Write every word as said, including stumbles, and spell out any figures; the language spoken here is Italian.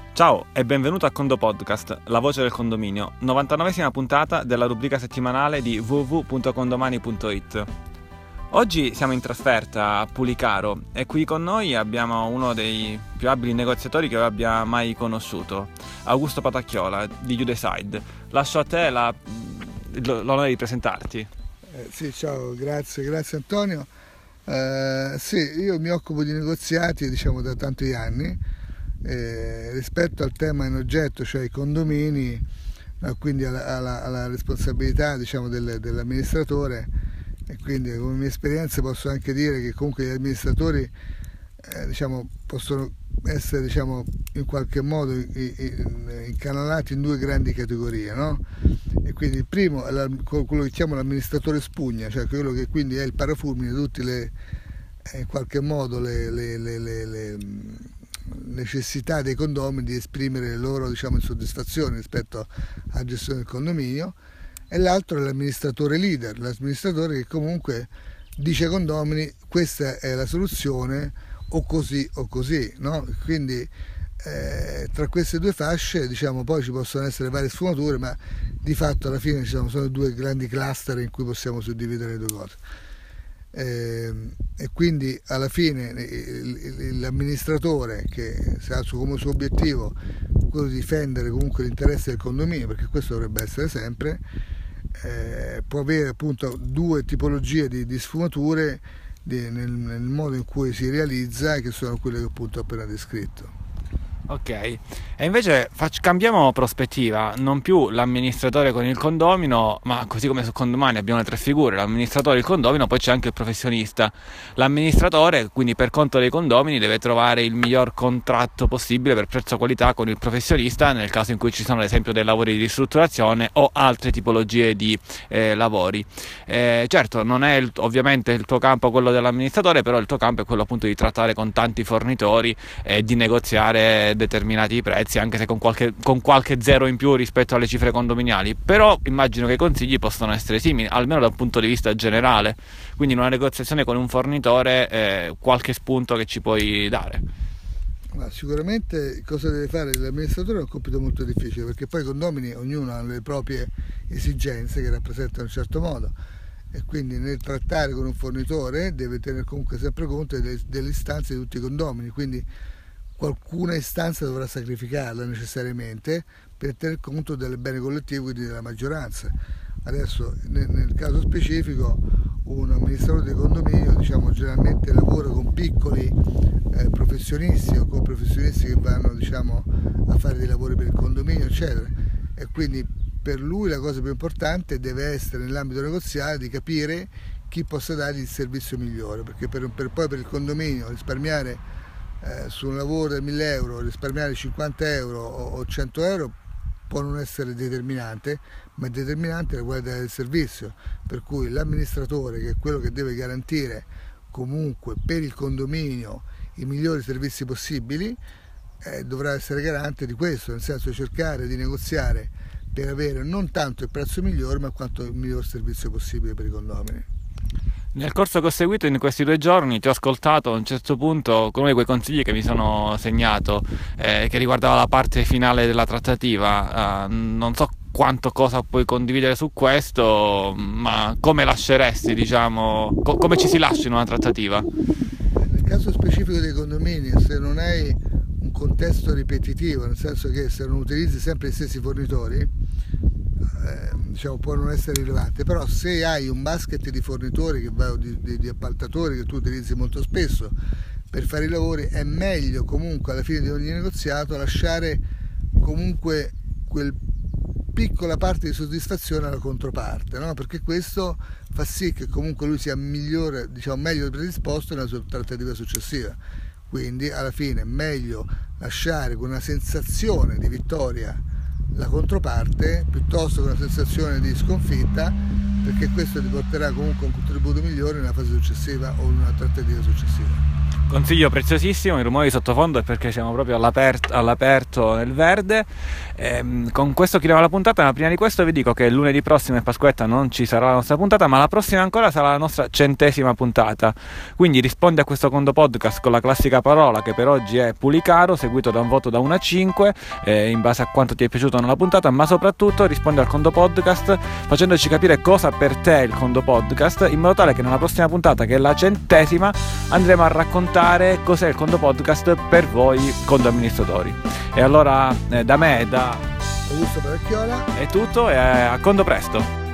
Ciao e benvenuto a Condo Podcast, la voce del condominio, novantanovesima puntata della rubrica settimanale di w w w punto condomani punto i t. Oggi siamo in trasferta a Pulicaro e qui con noi abbiamo uno dei più abili negoziatori che io abbia mai conosciuto, Augusto Patacchiola di YouDecide. Lascio a te la, l'onore di presentarti. Eh, sì, ciao, grazie, grazie Antonio. Eh, sì, io mi occupo di negoziati diciamo da tanti anni. Eh, rispetto al tema in oggetto, cioè i condomini, no, quindi alla, alla, alla responsabilità diciamo del, dell'amministratore, e quindi come mia esperienza posso anche dire che comunque gli amministratori eh, diciamo, possono essere diciamo, in qualche modo incanalati in due grandi categorie, no? E quindi il primo è la, quello che chiamo l'amministratore spugna, cioè quello che quindi è il parafulmine di tutte le in qualche modo le, le, le, le, le necessità dei condomini di esprimere le loro diciamo, insoddisfazioni rispetto alla gestione del condominio, e l'altro è l'amministratore leader, l'amministratore che comunque dice ai condomini questa è la soluzione o così o così, no? Quindi eh, tra queste due fasce diciamo, poi ci possono essere varie sfumature, ma di fatto alla fine diciamo, sono due grandi cluster in cui possiamo suddividere le due cose. Eh, e quindi alla fine l'amministratore che ha come suo obiettivo quello di difendere comunque l'interesse del condominio, perché questo dovrebbe essere sempre, eh, può avere appunto due tipologie di, di sfumature di, nel, nel modo in cui si realizza, che sono quelle che appunto ho appena descritto. Ok, e invece faccio, cambiamo prospettiva, non più l'amministratore con il condomino, ma così come su Condomani abbiamo le tre figure, l'amministratore, il condomino, poi c'è anche il professionista. L'amministratore, quindi per conto dei condomini, deve trovare il miglior contratto possibile per prezzo qualità con il professionista nel caso in cui ci sono ad esempio dei lavori di ristrutturazione o altre tipologie di eh, lavori. Eh, certo, non è il, ovviamente il tuo campo quello dell'amministratore, però il tuo campo è quello appunto di trattare con tanti fornitori e di negoziare determinati prezzi, anche se con qualche, con qualche zero in più rispetto alle cifre condominiali. Però immagino che i consigli possono essere simili, almeno da un punto di vista generale, quindi in una negoziazione con un fornitore eh, qualche spunto che ci puoi dare. Ma sicuramente cosa deve fare l'amministratore è un compito molto difficile, perché poi i condomini ognuno ha le proprie esigenze che rappresentano in un certo modo, e quindi nel trattare con un fornitore deve tener comunque sempre conto delle, delle istanze di tutti i condomini, quindi qualcuna istanza dovrà sacrificarla necessariamente per tener conto del bene collettivo, quindi della maggioranza. Adesso nel, nel caso specifico un amministratore di condominio diciamo, generalmente lavora con piccoli eh, professionisti o con professionisti che vanno diciamo, a fare dei lavori per il condominio eccetera, e quindi per lui la cosa più importante deve essere nell'ambito negoziale di capire chi possa dargli il servizio migliore, perché per, per poi per il condominio risparmiare Eh, su un lavoro da mille euro, risparmiare cinquanta euro o, o cento euro può non essere determinante, ma è determinante la qualità del servizio, per cui l'amministratore, che è quello che deve garantire comunque per il condominio i migliori servizi possibili, eh, dovrà essere garante di questo, nel senso di cercare di negoziare per avere non tanto il prezzo migliore ma quanto il miglior servizio possibile per i condomini. Nel corso che ho seguito in questi due giorni ti ho ascoltato a un certo punto con uno di quei consigli che mi sono segnato, eh, che riguardava la parte finale della trattativa. Uh, non so quanto cosa puoi condividere su questo, ma come lasceresti, diciamo, co- come ci si lascia in una trattativa? Nel caso specifico dei condomini, se non hai un contesto ripetitivo, nel senso che se non utilizzi sempre gli stessi fornitori, Eh, diciamo, può non essere rilevante, però se hai un basket di fornitori che va, di, di, di appaltatori che tu utilizzi molto spesso per fare i lavori, è meglio comunque alla fine di ogni negoziato lasciare comunque quel piccola parte di soddisfazione alla controparte, no? Perché questo fa sì che comunque lui sia migliore, diciamo meglio predisposto nella sua trattativa successiva. Quindi alla fine è meglio lasciare con una sensazione di vittoria la controparte piuttosto che una sensazione di sconfitta, perché questo ti porterà comunque un contributo migliore nella fase successiva o in una trattativa successiva. Consiglio preziosissimo, il rumore di sottofondo è perché siamo proprio all'aperto, all'aperto nel verde. Ehm, con questo chiudiamo la puntata, ma prima di questo vi dico che lunedì prossimo in Pasquetta non ci sarà la nostra puntata, ma la prossima ancora sarà la nostra centesima puntata. Quindi rispondi a questo Condo Podcast con la classica parola che per oggi è Pulicaro, seguito da un voto da uno a cinque, eh, in base a quanto ti è piaciuta o non la puntata, ma soprattutto rispondi al Condo Podcast facendoci capire cosa per te è il Condo Podcast, in modo tale che nella prossima puntata, che è la centesima, andremo a raccontare cos'è il Condo Podcast per voi condo amministratori. E allora eh, da me e da Augusto Baracchiola è tutto e a Condo presto.